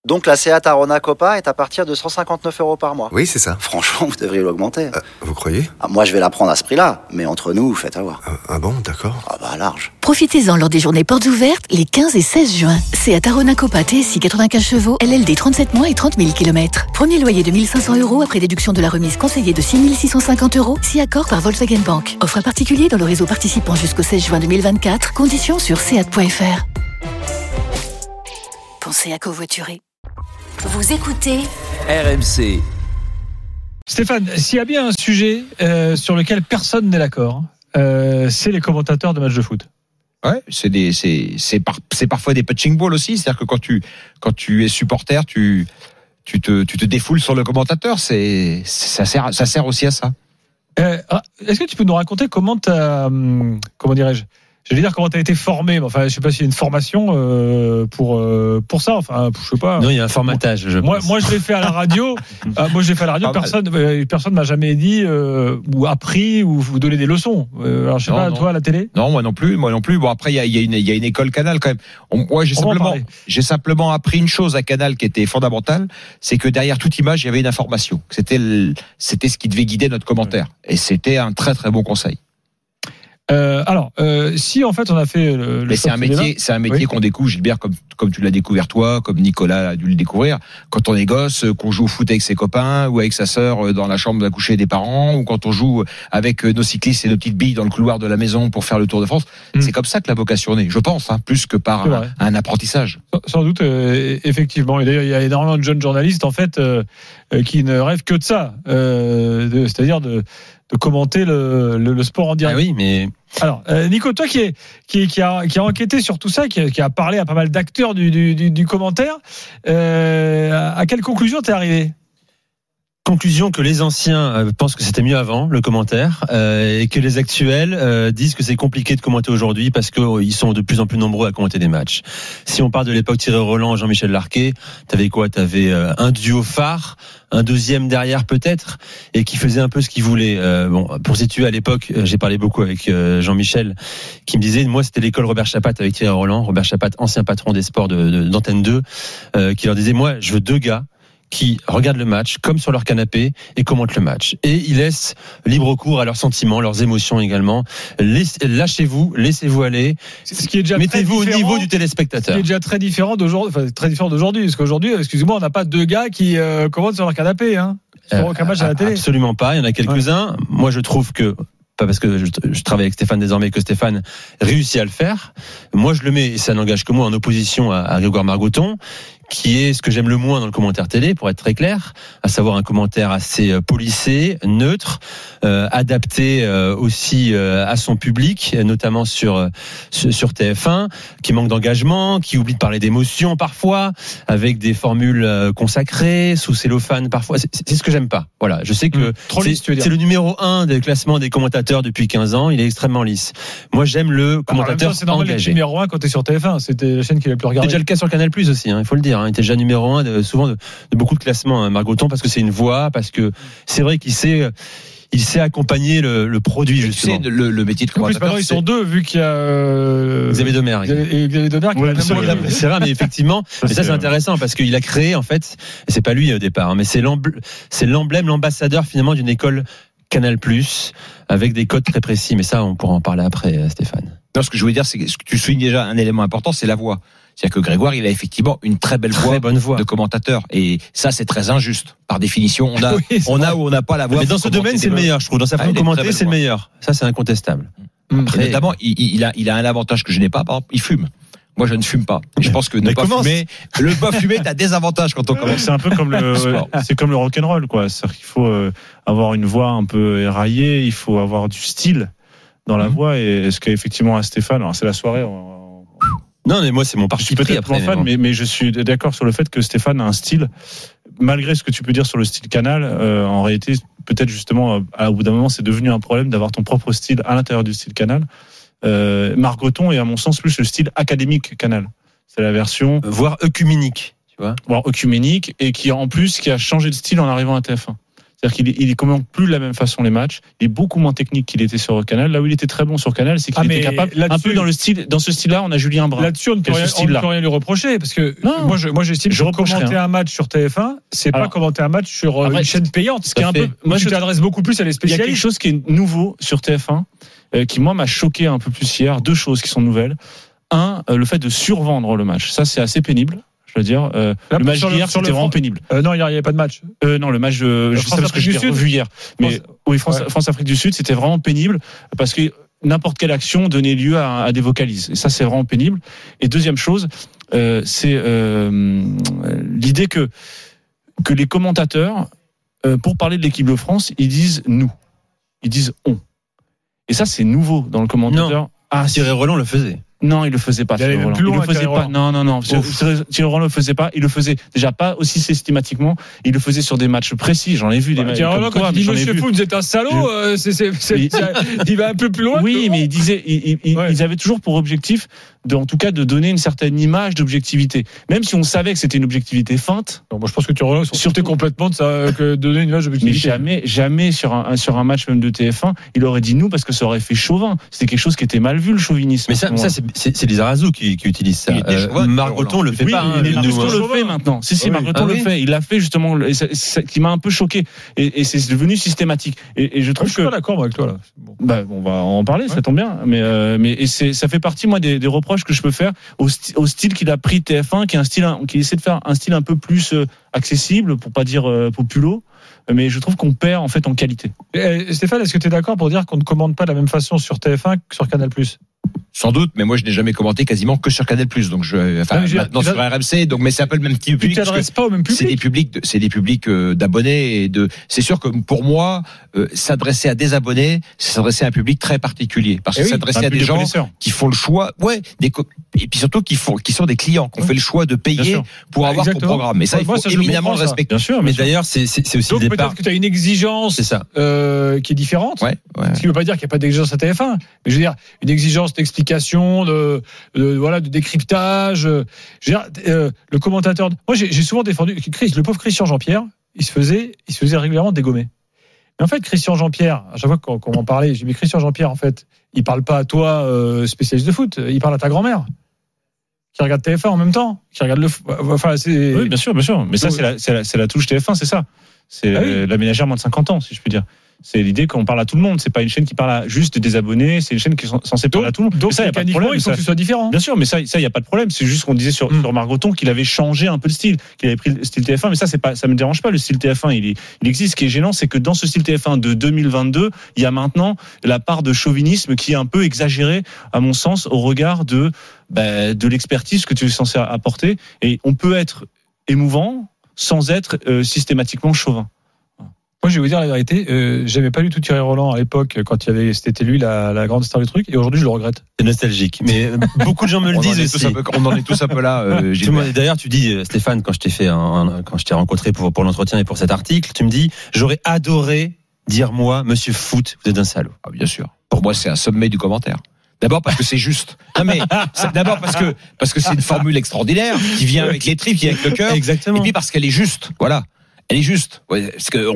Donc la Seat Arona Copa est à partir de 159 € par mois. Oui, c'est ça. Franchement, vous devriez l'augmenter. Vous croyez ? Moi, je vais la prendre à ce prix-là, mais entre nous, faites avoir. Ah bon, d'accord. Ah bah large. Profitez-en lors des journées portes ouvertes les 15 et 16 juin. Seat Arona Copa TSI 95 chevaux, LLD 37 mois et 30 000 km. Premier loyer de 1 500 € après déduction de la remise conseillée de 6 650 €, si accord par Volkswagen Bank. Offre à particulier dans le réseau participant jusqu'au 16 juin 2024. Conditions sur seat.fr. Pensez à covoiturer. Vous écoutez RMC. Stéphane, s'il y a bien un sujet sur lequel personne n'est d'accord, c'est les commentateurs de matchs de foot. Ouais, c'est parfois des punching balls aussi, c'est-à-dire que quand tu es supporter, tu te défoules sur le commentateur, ça sert aussi à ça. Est-ce que tu peux nous raconter comment dirais-je, j'allais dire comment tu as été formé, mais enfin je sais pas s'il y a une formation pour ça, enfin je sais pas. Non, il y a un formatage. Moi je l'ai fait à la radio. Personne m'a jamais dit ou appris ou vous donner des leçons. Alors je sais pas, toi à la télé. Non, moi non plus. Bon après il y a une école Canal quand même. Moi j'ai simplement appris une chose à Canal qui était fondamentale, c'est que derrière toute image il y avait une information. C'était ce qui devait guider notre commentaire, et c'était un très très bon conseil. Si en fait on a fait mais c'est un métier qu'on découvre, Gilbert, comme tu l'as découvert toi, comme Nicolas a dû le découvrir, quand on est gosse, qu'on joue au foot avec ses copains ou avec sa sœur dans la chambre d'à coucher des parents, ou quand on joue avec nos cyclistes et nos petites billes dans le couloir de la maison pour faire le Tour de France. C'est comme ça que la vocation naît, je pense, plus que par un apprentissage. Sans doute, effectivement. Et d'ailleurs, il y a énormément de jeunes journalistes en fait qui ne rêvent que de ça, c'est-à-dire de commenter le sport en direct. Ah oui, mais alors Nico, toi qui a enquêté sur tout ça, qui a parlé à pas mal d'acteurs du commentaire, à quelle conclusion t'es arrivé ? Conclusion que les anciens pensent que c'était mieux avant, le commentaire, et que les actuels disent que c'est compliqué de commenter aujourd'hui parce qu'ils sont de plus en plus nombreux à commenter des matchs. Si on parle de l'époque Thierry Roland, Jean-Michel Larquet, t'avais quoi ? T'avais un duo phare, un deuxième derrière peut-être, et qui faisait un peu ce qu'il voulait. Pour situer à l'époque, j'ai parlé beaucoup avec Jean-Michel, qui me disait, moi c'était l'école Robert Chapat avec Thierry Roland, Robert Chapat, ancien patron des sports d'Antenne 2, qui leur disait, moi je veux deux gars qui regardent le match comme sur leur canapé et commentent le match. Et ils laissent libre cours à leurs sentiments, leurs émotions également. Lâchez-vous, laissez-vous aller. Ce qui est déjà mettez-vous au niveau du téléspectateur. Ce qui est déjà très différent d'aujourd'hui. Parce qu'aujourd'hui, excusez-moi, on n'a pas deux gars qui commentent sur leur canapé, sur aucun match à la télé. Absolument pas. Il y en a quelques-uns. Moi, je trouve que, pas parce que je travaille avec Stéphane désormais, que Stéphane réussit à le faire. Moi, je le mets, et ça n'engage que moi, en opposition à Grégoire Margoton, qui est ce que j'aime le moins dans le commentaire télé, pour être très clair, à savoir un commentaire assez policé, neutre, adapté aussi à son public, notamment sur TF1, qui manque d'engagement, qui oublie de parler d'émotion parfois, avec des formules consacrées, sous cellophane parfois. C'est ce que j'aime pas. Voilà, je sais que c'est le numéro 1 des classements des commentateurs depuis 15 ans, il est extrêmement lisse. Moi, j'aime le commentateur c'est normal engagé. C'est numéro 1 quand t'es sur TF1, c'était la chaîne qui est la plus regardée. C'est déjà le cas sur Canal+ aussi, il faut le dire. Il était déjà numéro 1 souvent de beaucoup de classements, Margoton, parce que c'est une voix, parce que c'est vrai qu'il sait accompagner le produit, justement. C'est le métier de commentateur. En plus, maintenant, ils sont deux, vu qu'il y a Xavier Domergue. Xavier Domergue qui c'est vrai, mais effectivement, mais ça c'est intéressant parce qu'il a créé, en fait, et c'est pas lui au départ, mais c'est l'emblème, l'ambassadeur finalement d'une école Canal+, avec des codes très précis. Mais ça, on pourra en parler après, Stéphane. Non, ce que je voulais dire, c'est que tu soulignes déjà un élément important, c'est la voix. C'est-à-dire que Grégoire, il a effectivement une très belle bonne voix de commentateur. Et ça, c'est très injuste. Par définition, on a ou on n'a pas la voix. Mais dans ce domaine, c'est le meilleur, je trouve. Dans sa façon de commenter, c'est le meilleur. Ça, c'est incontestable. Après, notamment, il a un avantage que je n'ai pas. Par exemple, il fume. Moi, je ne fume pas. Je pense que ne pas fumer, t'as des avantages quand on commence. C'est un peu comme c'est comme le rock'n'roll, quoi. C'est-à-dire qu'il faut avoir une voix un peu éraillée, il faut avoir du style dans la voix. Et est-ce qu'effectivement, à Stéphane, alors c'est la soirée. Non, mais moi, c'est mon parti pris après. Mais je suis d'accord sur le fait que Stéphane a un style, malgré ce que tu peux dire sur le style Canal, en réalité, peut-être justement, au bout d'un moment, c'est devenu un problème d'avoir ton propre style à l'intérieur du style Canal. Margoton est, à mon sens, plus le style académique Canal. C'est la version... voire œcuménique, tu vois. Voire œcuménique, et qui a changé de style en arrivant à TF1. C'est-à-dire qu'il commente plus de la même façon les matchs. Il est beaucoup moins technique qu'il était sur Canal. Là où il était très bon sur Canal, c'est qu'il était capable. Un peu dans ce style-là, on a Julien Brun. Là-dessus, on ne peut rien lui reprocher parce que moi j'estime que commenter un match sur TF1, c'est pas commenter un match sur une chaîne payante. Ce qui est un peu. Moi, je t'adresse beaucoup plus à les spécialistes. Il y a quelque chose qui est nouveau sur TF1 qui moi m'a choqué un peu plus hier. Deux choses qui sont nouvelles. Un, le fait de survendre le match. Ça, c'est assez pénible. Je veux dire, le match d'hier, c'était vraiment pénible. Non, il n'y avait pas de match. Non, le match, je sais parce que je l'ai revu hier. Mais oui, France-Afrique du Sud, c'était vraiment pénible parce que n'importe quelle action donnait lieu à des vocalises. Et ça, c'est vraiment pénible. Et deuxième chose, c'est l'idée que les commentateurs, pour parler de l'équipe de France, ils disent nous. Ils disent on. Et ça, c'est nouveau dans le commentateur. Non. Thierry Roland le faisait. Non, il le faisait pas. Il le faisait pas. Non. Thierry Roland le faisait pas. Il le faisait déjà pas aussi systématiquement. Il le faisait sur des matchs précis. J'en ai vu des matchs. Thierry Roland, quand il dit Monsieur Fou, vous êtes un salaud, il va un peu plus loin. Oui, mais il disait, ils avaient toujours pour objectif en tout cas de donner une certaine image d'objectivité, même si on savait que c'était une objectivité feinte. Non, moi je pense que Thierry Roland sortait complètement de ça, que donner une image d'objectivité. Mais jamais sur un match même de TF1, il aurait dit nous parce que ça aurait fait chauvin. C'était quelque chose qui était mal vu, le chauvinisme. Mais ça c'est Lizarazu qui utilise ça. Margoton le fait pas. Margoton le fait maintenant. Si, Margoton le fait. Il l'a fait justement, qui m'a un peu choqué. Et c'est devenu systématique. Et je trouve que. Je suis pas d'accord avec toi là. On va en parler, ça tombe bien. Mais ça fait partie moi des reproches que je peux faire au style qu'il a pris TF1, qui essaie de faire un style un peu plus accessible, pour pas dire populo. Mais je trouve qu'on perd en fait en qualité. Stéphane, est-ce que tu es d'accord pour dire qu'on ne commande pas de la même façon sur TF1 que sur Canal+? Sans doute, mais moi je n'ai jamais commenté quasiment que sur Canal+. Donc maintenant sur RMC, donc mais c'est un peu le même type de public. Tu t'adresses pas au même public. C'est des publics d'abonnés et c'est sûr que pour moi s'adresser à des abonnés, c'est s'adresser à un public très particulier parce que s'adresser à des gens qui font le choix, et puis surtout qui sont des clients, qui ont fait le choix de payer pour avoir ton programme. Et ça, il faut évidemment le respecter. Bien sûr, mais d'ailleurs c'est aussi donc le départ. Peut-être que tu as une exigence qui est différente. Ce qui ne veut pas dire qu'il n'y a pas d'exigence à TF1, mais je veux dire une exigence d'explication, de décryptage. Je veux dire, le commentateur. Moi, j'ai souvent défendu le pauvre Christian Jean-Pierre. Il se faisait régulièrement dégommer. Mais en fait, Christian Jean-Pierre, à chaque fois qu'on m'en parlait, j'ai dit mais Christian Jean-Pierre, en fait, il parle pas à toi, spécialiste de foot. Il parle à ta grand-mère qui regarde TF1 en même temps, qui regarde le. Enfin, c'est. Oui, bien sûr. Mais ça, c'est la touche TF1, c'est ça. C'est la ménagère moins de 50 ans, si je puis dire. C'est l'idée qu'on parle à tout le monde. C'est pas une chaîne qui parle à juste des abonnés. C'est une chaîne qui est censée parler à tout le monde. Donc ça, il y a pas de problème. Il faut que ce soit différent. Bien sûr, mais ça, il y a pas de problème. C'est juste qu'on disait sur Margoton qu'il avait changé un peu le style, qu'il avait pris le style TF1. Mais ça me dérange pas. Le style TF1, il existe. Ce qui est gênant, c'est que dans ce style TF1 de 2022, il y a maintenant la part de chauvinisme qui est un peu exagérée, à mon sens, au regard de l'expertise que tu es censé apporter. Et on peut être émouvant sans être systématiquement chauvin. Moi, je vais vous dire la vérité, j'aimais pas du tout Thierry Roland à l'époque quand c'était lui la grande star du truc, et aujourd'hui je le regrette. C'est nostalgique, mais beaucoup de gens me le disent aussi. On en est tous un peu là. D'ailleurs, tu dis Stéphane, quand je t'ai rencontré pour l'entretien et pour cet article, tu me dis j'aurais adoré dire moi, Monsieur Foot, vous êtes un salaud. Ah, bien sûr. Pour moi, c'est un sommet du commentaire. D'abord parce que c'est juste. Non mais d'abord parce que c'est une formule extraordinaire qui vient avec les tripes, qui vient avec le cœur. Exactement. Et puis parce qu'elle est juste. Voilà. Elle est juste. Parce que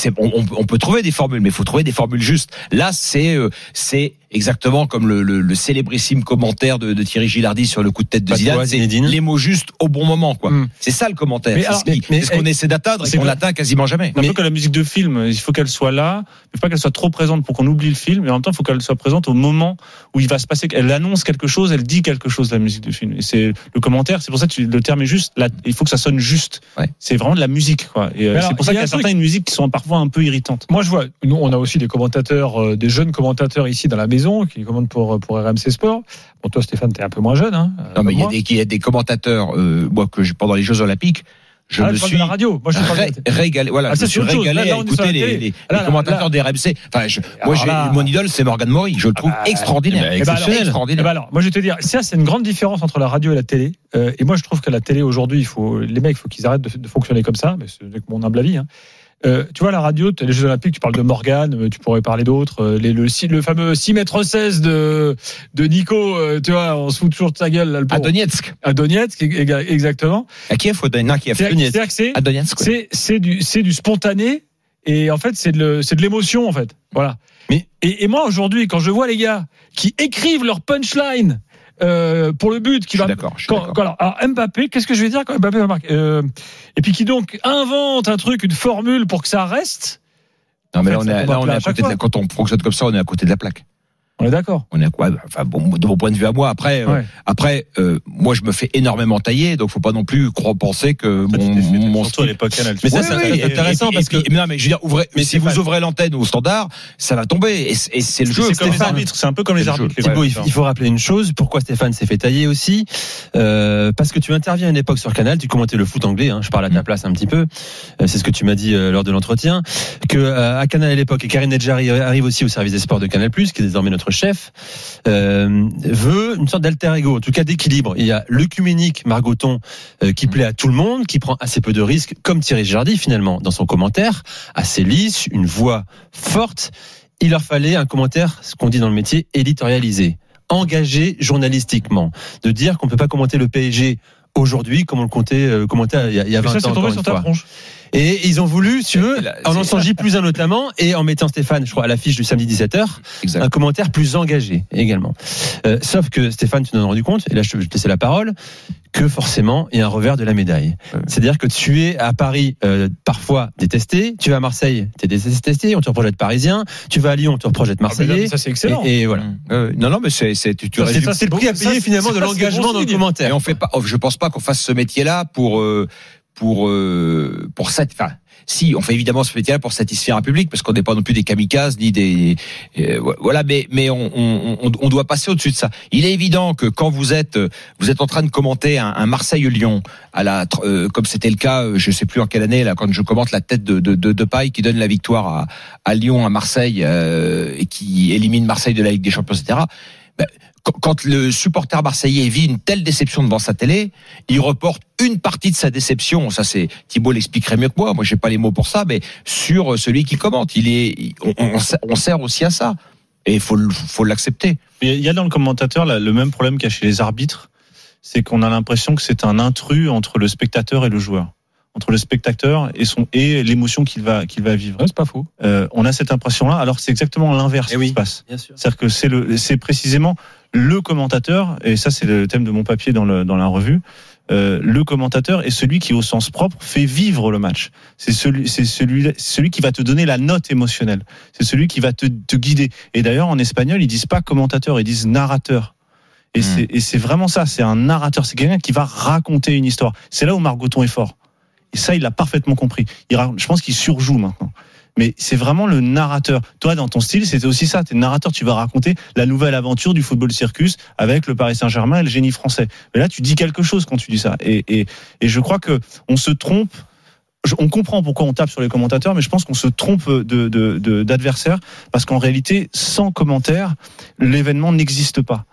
on peut trouver des formules, mais il faut trouver des formules justes. Là, c'est exactement comme le célébrissime commentaire de Thierry Gilardi sur le coup de tête de Zidane. C'est les mots justes au bon moment, quoi. C'est ça le commentaire. C'est ce qu'on essaie d'atteindre et qu'on l'atteint quasiment jamais. Un peu comme la musique de film. Il faut qu'elle soit là, mais pas qu'elle soit trop présente pour qu'on oublie le film. Mais en même temps, il faut qu'elle soit présente au moment où il va se passer. Elle annonce quelque chose, elle dit quelque chose, la musique de film. Et c'est le commentaire. C'est pour ça que le terme est juste. Là, il faut que ça sonne juste. C'est vraiment de la musique, quoi. Et c'est pour ça qu'il y a certaines musiques qui sont parfois un peu irritantes. Moi, je vois, nous, on a aussi des commentateurs, des jeunes commentateurs ici dans la maison qui commandent pour RMC Sport. Bon, toi, Stéphane, t'es un peu moins jeune, hein. Non, mais il y a des commentateurs, moi, pendant les Jeux Olympiques, je me suis de la radio. Moi, régalé. Voilà, je me suis régalé à écouter les commentateurs des RMC. Enfin, mon idole, c'est Morgan Maury. Je le trouve extraordinaire. Extraordinaire. Alors, moi, je vais te dire, ça, c'est une grande différence entre la radio et la télé. Et moi, je trouve que la télé aujourd'hui, les mecs, il faut qu'ils arrêtent de fonctionner comme ça. Mais c'est mon humble avis, hein. Tu vois, la radio, les Jeux Olympiques, tu parles de Morgan, tu pourrais parler d'autres, le fameux 6,16 m de Nico, tu vois, on se fout toujours de sa gueule, là, le pauvre. À Donetsk, exactement. À Kiev ou à Donetsk? C'est du spontané, Et en fait, c'est de l'émotion, en fait. Voilà. Et moi, aujourd'hui, quand je vois les gars qui écrivent leur punchline pour le but qui va. Je suis d'accord. Alors Mbappé, qu'est-ce que je vais dire quand Mbappé va marquer et puis qui donc invente un truc, une formule pour que ça reste. Non, mais on est à côté de quand on fonctionne comme ça, on est à côté de la plaque. On est d'accord. On est quoi, enfin bon, de mon point de vue à moi. Après, moi je me fais énormément tailler, donc faut pas non plus penser que mon surtout à l'époque Canal. Mais ça c'est intéressant parce que non, mais je veux dire, mais si vous ouvrez l'antenne au standard, ça va tomber et c'est le jeu. C'est comme les arbitres, c'est un peu comme les arbitres. Thibaut, il faut rappeler une chose. Pourquoi Stéphane s'est fait tailler aussi parce que tu interviens à une époque sur Canal, tu commentais le foot anglais. Je parle à ta place un petit peu. C'est ce que tu m'as dit lors de l'entretien. Que à Canal à l'époque, et Karine Nedjari arrive aussi au service des sports de Canal+, qui est désormais notre chef, veut une sorte d'alter ego, en tout cas d'équilibre. Il y a l'œcuménique Margoton qui plaît à tout le monde, qui prend assez peu de risques, comme Thierry Gilardi finalement dans son commentaire, assez lisse, une voix forte. Il leur fallait un commentaire, ce qu'on dit dans le métier, éditorialisé, engagé journalistiquement, de dire qu'on ne peut pas commenter le PSG aujourd'hui comme on le commentait il y a 20 ans. Ça, c'est tombé sur ta tronche. Et ils ont voulu, si tu veux, en lançant J+1 notamment, et en mettant Stéphane, je crois, à l'affiche du samedi 17h, un commentaire plus engagé également. Sauf que Stéphane, tu t'en as rendu compte, et là je vais te laisser la parole, que forcément, il y a un revers de la médaille. C'est-à-dire que tu es à Paris, parfois détesté, tu vas à Marseille, tu es détesté, on te reproche d'être parisien, tu vas à Lyon, on te reproche d'être marseillais. Ça, c'est excellent. Et voilà. Non, mais c'est tu résumes. C'est le prix à payer finalement de l'engagement dans le commentaire. Et on fait pas, je pense pas qu'on fasse ce métier-là pour ça. Enfin, si on fait évidemment ce métier-là pour satisfaire un public, parce qu'on n'est pas non plus des kamikazes ni des voilà, mais on doit passer au-dessus de ça. Il est évident que quand vous êtes en train de commenter un Marseille-Lyon comme c'était le cas, je sais plus en quelle année là, quand je commente la tête de Paille qui donne la victoire à Lyon, à Marseille et qui élimine Marseille de la Ligue des Champions, etc. Quand le supporter marseillais vit une telle déception devant sa télé, il reporte une partie de sa déception. Ça, c'est Thibaut l'expliquerait mieux que moi. Moi, j'ai pas les mots pour ça, mais sur celui qui commente, on sert aussi à ça, et il faut l'accepter. Il y a dans le commentateur le même problème qu'il y a chez les arbitres, c'est qu'on a l'impression que c'est un intrus entre le spectateur et le joueur, entre le spectateur et l'émotion qu'il va vivre. Ouais, c'est pas faux. On a cette impression-là, alors c'est exactement l'inverse qui se passe. C'est-à-dire que c'est précisément le commentateur, et ça c'est le thème de mon papier dans la revue. Le commentateur est celui qui, au sens propre, fait vivre le match. C'est celui qui va te donner la note émotionnelle. C'est celui qui va te guider. Et d'ailleurs, en espagnol, ils disent pas commentateur, ils disent narrateur. Et c'est vraiment ça. C'est un narrateur. C'est quelqu'un qui va raconter une histoire. C'est là où Margoton est fort. Et ça, il l'a parfaitement compris. Je pense qu'il surjoue maintenant. Mais c'est vraiment le narrateur. Toi, dans ton style, c'était aussi ça. T'es le narrateur, tu vas raconter la nouvelle aventure du football circus avec le Paris Saint-Germain et le génie français. Mais là, tu dis quelque chose quand tu dis ça. Et je crois que on se trompe. On comprend pourquoi on tape sur les commentateurs, mais je pense qu'on se trompe d'adversaire, parce qu'en réalité, sans commentaire, l'événement n'existe pas.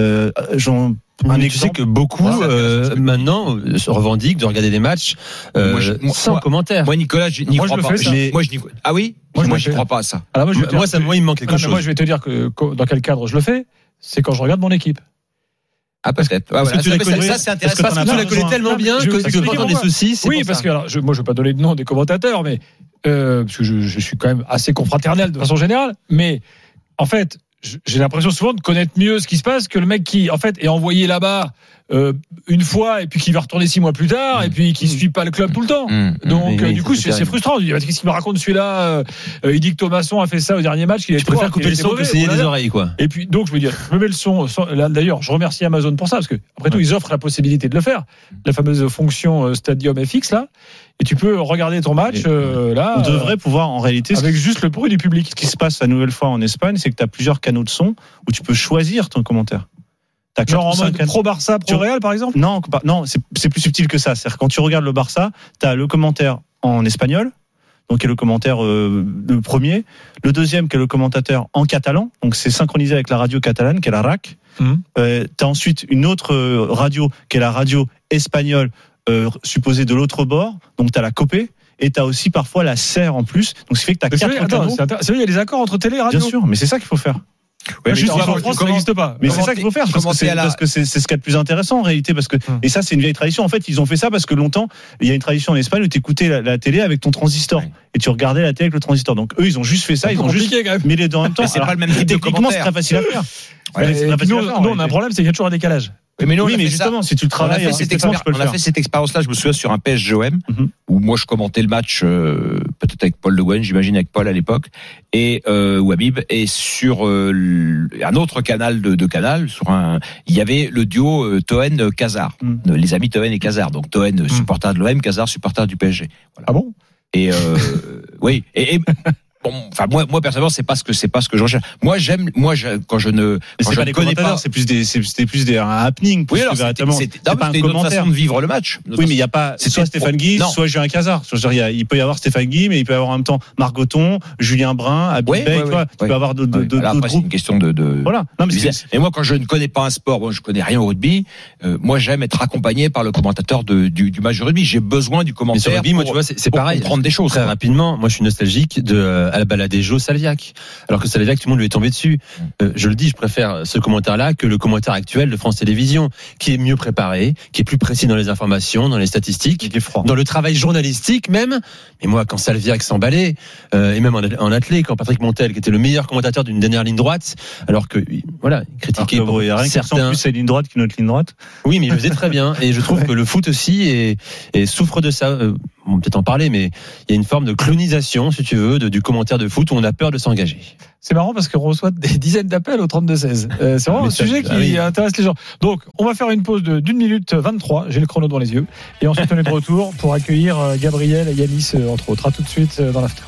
Tu sais que beaucoup maintenant se revendiquent de regarder des matchs sans commentaire. Moi, Nicolas, je n'y crois pas. Ah oui, moi j'y crois pas à ça. Alors moi, il me manque quelque chose. Moi, je vais te dire que dans quel cadre je le fais. C'est quand je regarde mon équipe. Ah, peut-être. Parce que tu ça, c'est intéressant. Parce que tu la connais tellement bien que quand on a des soucis, c'est oui, parce que alors, moi, je vais pas donner de nom des commentateurs, mais parce que je suis quand même assez confraternel de façon générale. Mais en fait, j'ai l'impression souvent de connaître mieux ce qui se passe que le mec qui, en fait, est envoyé là-bas une fois et puis qui va retourner 6 mois plus tard et puis qui suit pas le club tout le temps. Donc du coup, c'est frustrant. Qu'est-ce qu'il me raconte celui-là Il dit que Thomasson a fait ça au dernier match. Tu préfères couper le son que saigner des oreilles, quoi. Et puis donc je me dis, je me mets le son. Là, d'ailleurs, je remercie Amazon pour ça, parce que après tout, ils offrent la possibilité de le faire. La fameuse fonction Stadium FX là. Et tu peux regarder ton match là. On devrait pouvoir, en réalité, avec juste le bruit du public. Ce qui se passe la nouvelle fois en Espagne, c'est que tu as plusieurs canaux de son où tu peux choisir ton commentaire. Genre en mode pro Barça, pro Real par exemple. Non, c'est plus subtil que ça. C'est-à-dire quand tu regardes le Barça, tu as le commentaire en espagnol, donc qui est le commentaire le premier, le deuxième qui est le commentateur en catalan, donc c'est synchronisé avec la radio catalane qui est la RAC. Tu as ensuite une autre radio qui est la radio espagnole, supposée de l'autre bord, donc tu as la COPE. Et tu as aussi parfois la SER en plus. Donc, ce qui fait que tu as 4 canaux. C'est vrai, il y a des accords entre télé et radio. Bien sûr, mais c'est ça qu'il faut faire. Ouais, juste en France, ça n'existe pas. Mais c'est ça qu'il faut faire, parce que c'est ce qu'il y a de plus intéressant en réalité, parce que et ça c'est une vieille tradition. En fait, ils ont fait ça parce que longtemps, il y a une tradition en Espagne où tu écoutais la télé avec ton transistor et tu regardais la télé avec le transistor. Donc eux, ils ont juste fait ça, ils ont juste mis les deux en même temps. C'est pas le même type de commentaire. C'est très facile à faire. Nous, on a un problème, c'est qu'il y a toujours un décalage. Mais nous, mais justement, si tu le travailles, on a fait cette expérience-là. Je me souviens sur un PSG-OM où moi je commentais le match, peut-être avec Paul Le Guen, j'imagine avec Paul à l'époque, et ou Habib, et sur un autre canal de Canal, il y avait le duo Toen-Cazard, les amis Toen et Cazard. Donc Toen supporter de l'OM, Cazard supporter du PSG. Voilà. Ah bon? Et oui. Bon, enfin moi personnellement c'est pas ce que je recherche. Moi quand je ne connais pas, c'était plus des happenings. Oui, alors c'était une autre façon de vivre le match. Oui, mais il y a pas soit Stéphane Guy, soit Julien Cazard. Il peut y avoir Stéphane Guy, mais il peut y avoir en même temps Margoton, Julien Brun, Habib Bey, tu peux avoir d'autres groupes. C'est une question de voilà. Non, mais et moi quand je ne connais pas un sport, moi je connais rien au rugby, moi j'aime être accompagné par le commentateur du match de rugby. J'ai besoin du commentaire. Rugby, moi tu vois, c'est pareil. Prendre des choses très rapidement. Moi je suis nostalgique à la Baladejo Salviac. Alors que Salviac, tout le monde lui est tombé dessus. Je le dis, je préfère ce commentaire-là que le commentaire actuel de France Télévisions, qui est mieux préparé, qui est plus précis dans les informations, dans les statistiques, dans le travail journalistique même. Mais moi, quand Salviac s'emballait, et même en athlé, quand Patrick Montel, qui était le meilleur commentateur d'une dernière ligne droite, alors que, voilà, il critiquait pour certains. Plus c'est ligne droite qu'une autre ligne droite. Oui, mais il le faisait très bien. Et je trouve que le foot aussi souffre de ça. On peut peut-être en parler, mais il y a une forme de clonisation, si tu veux, du commentaire de foot où on a peur de s'engager. C'est marrant parce qu'on reçoit des dizaines d'appels au 32-16. C'est vraiment un sujet qui intéresse les gens. Donc, on va faire une pause d'1 minute 23. J'ai le chrono devant les yeux. Et ensuite, on est de retour pour accueillir Gabriel et Yanis, entre autres. À tout de suite dans l'after.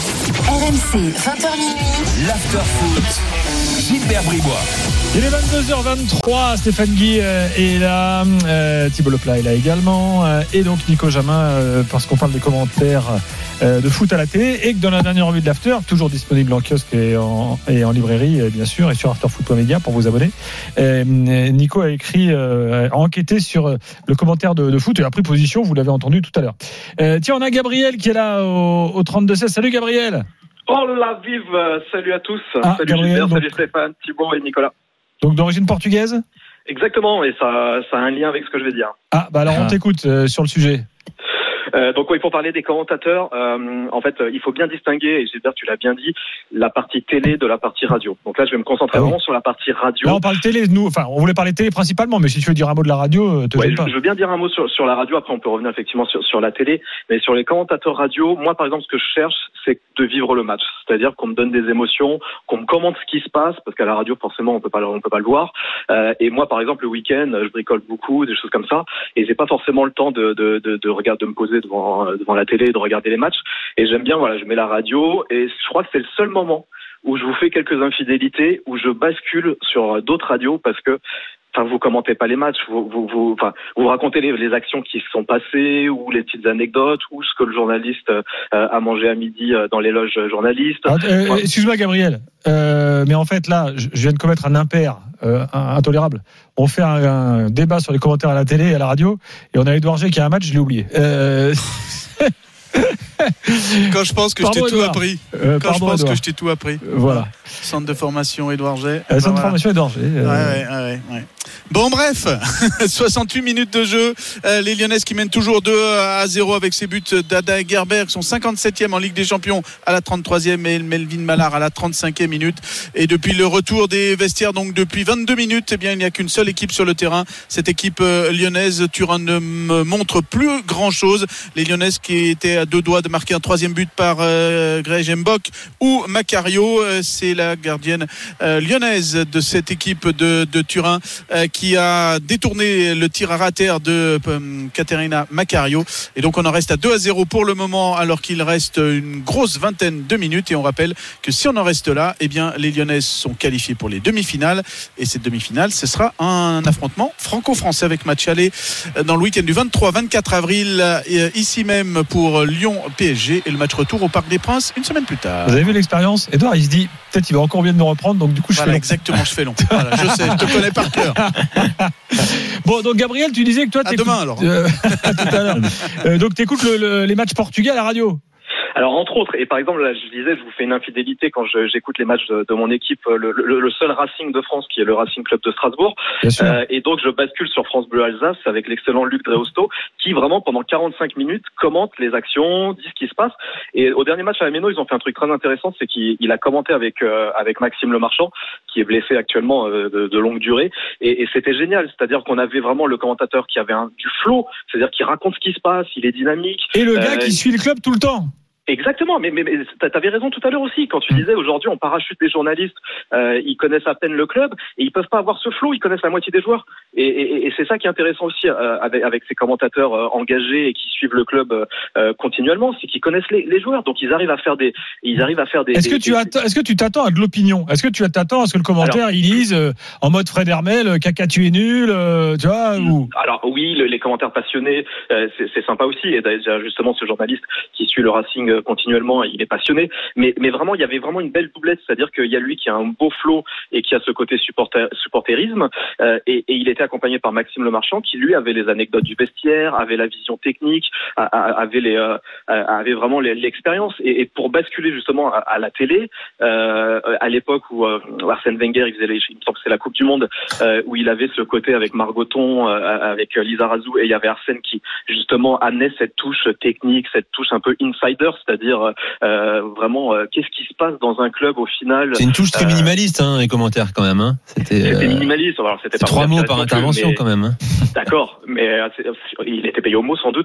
RMC, 20h minuit. L'after foot. Gilbert Bribois. Il est 22h23, Stéphane Guy est là, Thibault Leplat est là également, et donc Nico Jamin, parce qu'on parle des commentaires de foot à la télé, et que dans la dernière revue de l'After, toujours disponible en kiosque et en librairie, bien sûr, et sur afterfoot.media pour vous abonner, Nico a écrit, a enquêté sur le commentaire de foot et a pris position, vous l'avez entendu tout à l'heure. Tiens, on a Gabriel qui est là au 32-16. Salut Gabriel. Oh la vive, salut à tous, salut Gabriel, Gilbert, salut Stéphane, Thibault et Nicolas. Donc d'origine portugaise ? Exactement, et ça a un lien avec ce que je vais dire. Ah, bah alors on t'écoute sur le sujet. Donc oui, pour parler des commentateurs, en fait, il faut bien distinguer, et Gilbert, tu l'as bien dit, la partie télé de la partie radio. Donc là, je vais me concentrer vraiment sur la partie radio. Là, on parle télé, nous, enfin, on voulait parler télé principalement, mais si tu veux dire un mot de la radio, je veux bien dire un mot sur la radio, après on peut revenir effectivement sur la télé, mais sur les commentateurs radio, moi par exemple, ce que je cherche, c'est de vivre le match, c'est-à-dire qu'on me donne des émotions, qu'on me commente ce qui se passe, parce qu'à la radio, forcément, on peut pas le voir. Et moi, par exemple, le week-end, je bricole beaucoup, des choses comme ça, et j'ai pas forcément le temps de me poser devant la télé, de regarder les matchs. Et j'aime bien, voilà, je mets la radio, et je crois que c'est le seul moment où je vous fais quelques infidélités, où je bascule sur d'autres radios, parce que vous commentez pas les matchs, vous racontez les actions qui se sont passées, ou les petites anecdotes, ou ce que le journaliste a mangé à midi dans les loges journalistes. Excuse-moi Gabriel, mais en fait là, je viens de commettre un impair intolérable. On fait un débat sur les commentaires à la télé et à la radio, et on a Edouard G qui a un match, je l'ai oublié. Quand je pense que je t'ai tout appris. Que je t'ai tout appris. Voilà. Centre de formation Edouard G. Centre de formation Edouard G. Ouais. Bon, bref, 68 minutes de jeu. Les Lyonnais qui mènent toujours 2-0 avec ses buts d'Ada et Gerber, qui sont 57e en Ligue des Champions à la 33e, et Melvin Mallard à la 35e minute. Et depuis le retour des vestiaires, donc depuis 22 minutes, il n'y a qu'une seule équipe sur le terrain. Cette équipe lyonnaise, Turin ne me montre plus grand-chose. Les Lyonnaises qui étaient à deux doigts de marquer un troisième but par Greg Mbok ou Macario. C'est la gardienne lyonnaise de cette équipe de Turin qui a détourné le tir à rater de Caterina Macario, et donc on en reste à 2-0 pour le moment, alors qu'il reste une grosse vingtaine de minutes. Et on rappelle que si on en reste là, les Lyonnaises sont qualifiées pour les demi-finales, et cette demi-finale, ce sera un affrontement franco-français avec match aller dans le week-end du 23-24 avril ici même pour Lyon-PSG, et le match retour au Parc des Princes une semaine plus tard. Vous avez vu l'expérience, Edouard, il se dit peut-être il va encore bien de me reprendre, donc du coup je fais long. Exactement, je fais long. Voilà, je sais, je te connais par cœur. Bon, donc Gabriel, tu disais que toi à demain alors. À tout à l'heure. Donc t'écoutes les matchs portugais à la radio. Alors entre autres, et par exemple là je disais, je vous fais une infidélité quand j'écoute les matchs de mon équipe, le seul Racing de France qui est le Racing Club de Strasbourg, et donc je bascule sur France Bleu Alsace avec l'excellent Luc Dreosto qui vraiment pendant 45 minutes commente les actions, dit ce qui se passe. Et au dernier match à la Méno, ils ont fait un truc très intéressant, c'est qu'il a commenté avec Maxime Lemarchand qui est blessé actuellement de longue durée, et c'était génial, c'est-à-dire qu'on avait vraiment le commentateur qui avait du flow, c'est-à-dire qu'il raconte ce qui se passe, il est dynamique. Et le gars qui suit le club tout le temps. Exactement, mais t'avais raison tout à l'heure aussi quand tu disais aujourd'hui on parachute des journalistes, ils connaissent à peine le club et ils peuvent pas avoir ce flow, ils connaissent la moitié des joueurs et c'est ça qui est intéressant aussi avec ces commentateurs engagés et qui suivent le club continuellement, c'est qu'ils connaissent les joueurs, donc ils arrivent à faire des Est-ce que tu t'attends à de l'opinion? Est-ce que tu t'attends à ce que le commentaire il lise en mode Fred Hermel, caca tu es nul, tu vois ou... Alors oui, les commentaires passionnés, c'est sympa aussi, et d'ailleurs justement ce journaliste qui suit le Racing continuellement, il est passionné, mais vraiment il y avait vraiment une belle doublette, c'est-à-dire qu'il y a lui qui a un beau flow et qui a ce côté supporterisme, et il était accompagné par Maxime Lemarchand qui lui avait les anecdotes du vestiaire, avait la vision technique, avait vraiment l'expérience, et pour basculer justement à la télé, à l'époque où Arsène Wenger il me semble que c'est la Coupe du Monde, où il avait ce côté avec Margoton, avec Lisa Razou, et il y avait Arsène qui justement amenait cette touche technique, cette touche un peu insider, c'est-à-dire vraiment qu'est-ce qui se passe dans un club au final. C'est une touche très minimaliste, les commentaires quand même. C'était minimaliste. Alors c'était pas 3 mots par intervention mais... quand même. D'accord, mais il était payé au mot sans doute.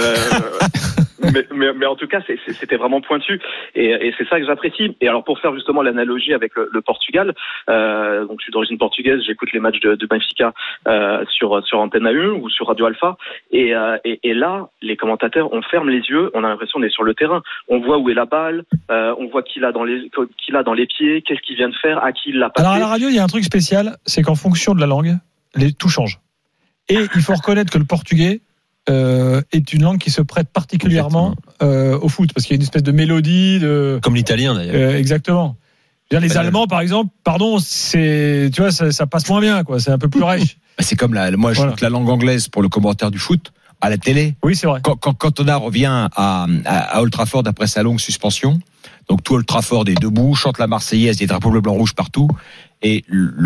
mais en tout cas c'était vraiment pointu et c'est ça que j'apprécie. Et alors pour faire justement l'analogie avec le Portugal, donc je suis d'origine portugaise, j'écoute les matchs de Benfica sur Antenne 1 ou sur Radio Alpha, et là les commentateurs on ferme les yeux, on a l'impression on est sur le terrain, on voit où est la balle, on voit qui l'a dans les pieds, qu'est-ce qu'il vient de faire, à qui il l'a passé. Alors à la radio il y a un truc spécial, c'est qu'en fonction de la langue tout change, et il faut reconnaître que le portugais est une langue qui se prête particulièrement au foot, parce qu'il y a une espèce de mélodie comme l'italien d'ailleurs. Exactement. Les Allemands par exemple, tu vois, ça passe moins bien, quoi, c'est un peu plus rêche. C'est comme moi je trouve la langue anglaise pour le commentaire du foot à la télé. Oui, c'est vrai. Quand Cantona revient à Old Trafford après sa longue suspension, donc tout Old Trafford est debout, chante la Marseillaise, des drapeaux bleu blanc rouge partout, et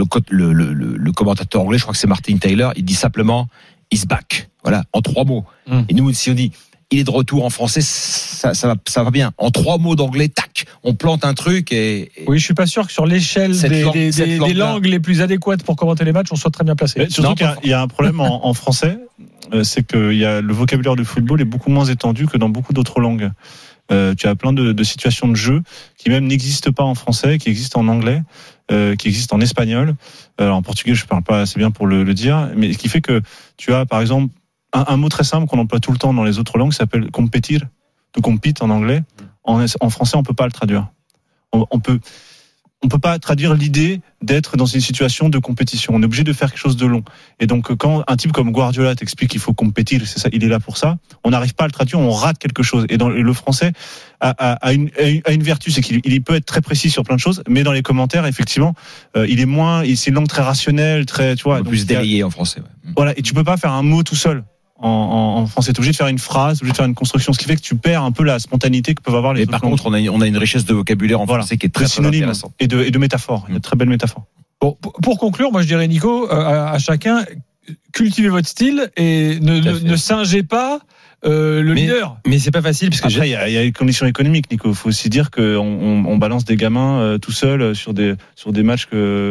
le commentateur anglais, je crois que c'est Martin Taylor, il dit simplement "He's back". Voilà, en 3 mots. Et nous, si on dit il est de retour en français, ça va bien. En 3 mots d'anglais, tac, on plante un truc et... Oui, je suis pas sûr que sur l'échelle des langues les plus adéquates pour commenter les matchs, on soit très bien placé. Mais surtout qu'il y a un problème en français, c'est que le vocabulaire du football est beaucoup moins étendu que dans beaucoup d'autres langues. Tu as plein de situations de jeu qui même n'existent pas en français, qui existent en anglais, qui existent en espagnol. En portugais, je parle pas assez bien pour le dire, mais ce qui fait que tu as, par exemple, un mot très simple qu'on emploie tout le temps dans les autres langues, ça s'appelle competir, to compete en anglais. En français, on peut pas le traduire. On peut pas traduire l'idée d'être dans une situation de compétition. On est obligé de faire quelque chose de long. Et donc, quand un type comme Guardiola t'explique qu'il faut compétir, c'est ça, il est là pour ça, on n'arrive pas à le traduire, on rate quelque chose. Et le français a une vertu, c'est qu'il peut être très précis sur plein de choses, mais dans les commentaires, effectivement, c'est une langue très rationnelle, très, tu vois. Plus délayée en français. Ouais. Voilà. Et tu peux pas faire un mot tout seul. En français, t'es obligé de faire une phrase, obligé de faire une construction, ce qui fait que tu perds un peu la spontanéité que peuvent avoir les autres langues. Par contre, on a une richesse de vocabulaire en français qui est très intéressante. Et de métaphores. Il y a de très belles métaphores. Bon, pour conclure, moi je dirais, Nico, à chacun, cultivez votre style et ne singez pas leader. Mais c'est pas facile parce que après il y a les conditions économiques, Nico. Il faut aussi dire qu'on balance des gamins tout seuls sur des matchs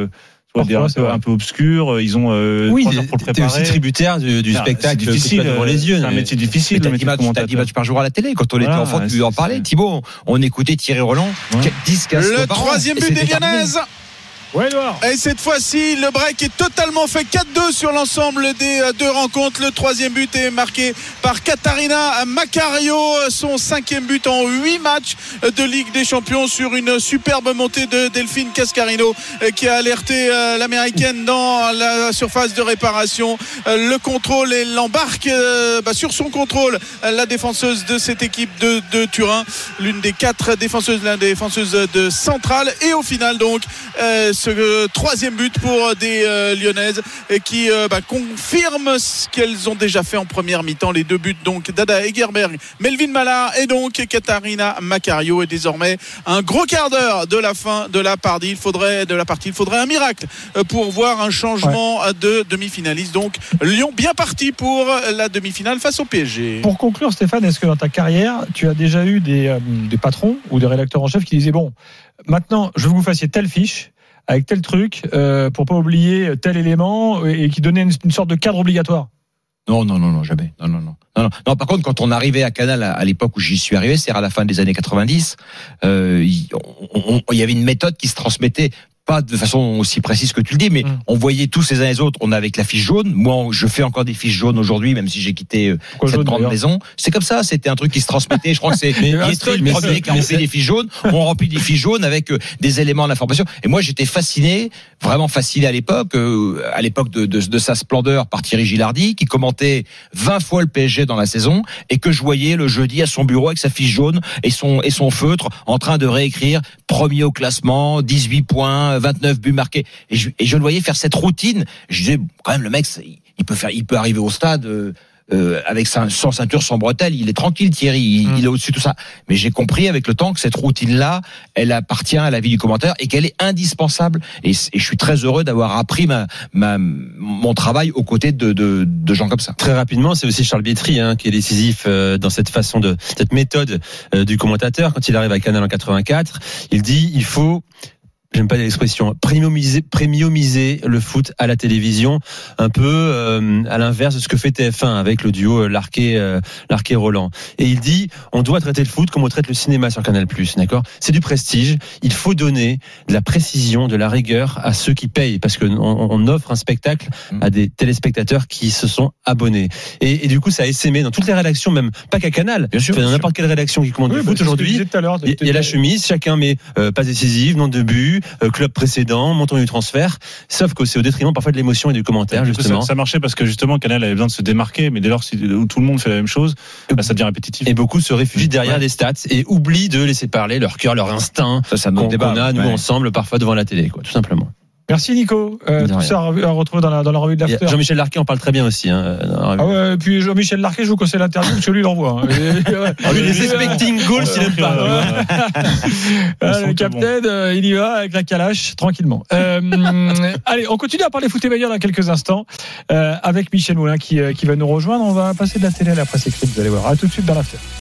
un peu obscurs, ils ont 3 heures pour le préparer. T'es aussi tributaire du spectacle. C'est difficile devant les yeux. C'est un métier difficile. T'as 10 matchs par jour à la télé. Quand on était enfant, tu en parlais. Thibaut, on écoutait Thierry Roland. 10-15 le 3e but des Lyonnaises. Ouais, Edouard. Et cette fois-ci, le break est totalement fait. 4-2 sur l'ensemble des 2 rencontres. Le 3e but est marqué par Catarina Macario. Son 5e but en 8 matchs de Ligue des Champions sur une superbe montée de Delphine Cascarino qui a alerté l'américaine dans la surface de réparation. Le contrôle et l'embarque sur son contrôle. La défenseuse de cette équipe de Turin, l'une des 4 défenseuses, de Centrale. Et au final, donc, ce troisième but pour des Lyonnaises qui confirment ce qu'elles ont déjà fait en première mi-temps. Les 2 buts donc d'Ada Egerberg, Melvin Mallard et donc Katarina Macario. Et désormais un gros quart d'heure de la fin de la partie. Il faudrait un miracle pour voir un changement de demi-finaliste. Donc Lyon bien parti pour la demi-finale face au PSG. Pour conclure, Stéphane, est-ce que dans ta carrière tu as déjà eu des patrons ou des rédacteurs en chef qui disaient bon, maintenant je veux que vous fassiez telle fiche avec tel truc pour pas oublier tel élément et qui donnait une sorte de cadre obligatoire? Non, jamais. Non, par contre, quand on arrivait à Canal à l'époque où j'y suis arrivé, c'est-à-dire à la fin des années 90, il y avait une méthode qui se transmettait. Pas de façon aussi précise que tu le dis, mais on voyait tous les uns les autres. On a avec la fiche jaune. Moi, je fais encore des fiches jaunes aujourd'hui, même si j'ai quitté cette grande maison. C'est comme ça. C'était un truc qui se transmettait. Je crois que c'est Pietri le premier qui a rempli des fiches jaunes. On remplit des fiches jaunes avec des éléments d'information. Et moi, j'étais fasciné, vraiment fasciné à l'époque de sa splendeur par Thierry Gilardi, qui commentait 20 fois le PSG dans la saison et que je voyais le jeudi à son bureau avec sa fiche jaune et son feutre en train de réécrire premier au classement, 18 points. 29 buts marqués et je le voyais faire cette routine. Je disais quand même le mec il peut arriver au stade avec sans ceinture, sans bretelles, il est tranquille Thierry, il est au-dessus de tout ça. Mais j'ai compris avec le temps que cette routine-là, elle appartient à la vie du commentateur et qu'elle est indispensable. Et je suis très heureux d'avoir appris mon travail aux côtés de gens comme ça. Très rapidement, c'est aussi Charles Pietri qui est décisif dans cette méthode du commentateur. Quand il arrive à Canal en 84, il dit il faut, j'aime pas l'expression, premiumiser le foot à la télévision, un peu à l'inverse de ce que fait TF1 avec le duo Larquet-Roland. Et il dit, on doit traiter le foot comme on traite le cinéma sur Canal+, d'accord ? C'est du prestige, il faut donner de la précision, de la rigueur à ceux qui payent, parce qu'on offre un spectacle à des téléspectateurs qui se sont abonnés. Et du coup, ça a essaimé dans toutes les rédactions, même pas qu'à Canal, bien sûr, dans n'importe quelle rédaction qui commande le foot aujourd'hui. Il y a la chemise, chacun met passe décisive, nombre de buts, club précédent, montant du transfert, sauf que c'est au détriment parfois de l'émotion et du commentaire, justement. Ça marchait parce que justement Canal avait besoin de se démarquer, mais dès lors où tout le monde fait la même chose, ça devient répétitif. Et beaucoup se réfugient derrière les stats et oublient de laisser parler leur cœur, leur instinct qu'on a nous ensemble parfois devant la télé, tout simplement. Merci Nico. Tout ça à retrouver dans la revue de l'After. Jean-Michel Larquet en parle très bien aussi. Et puis Jean-Michel Larquet, je vous conseille l'interview parce que lui il envoie. Les expecting goals, s'il n'aime pas. Le capitaine, il y va avec la calache, tranquillement. Allez, on continue à parler foot et meilleur dans quelques instants avec Michel Moulin qui va nous rejoindre. On va passer de la télé à la presse écrite, vous allez voir. À tout de suite dans l'After.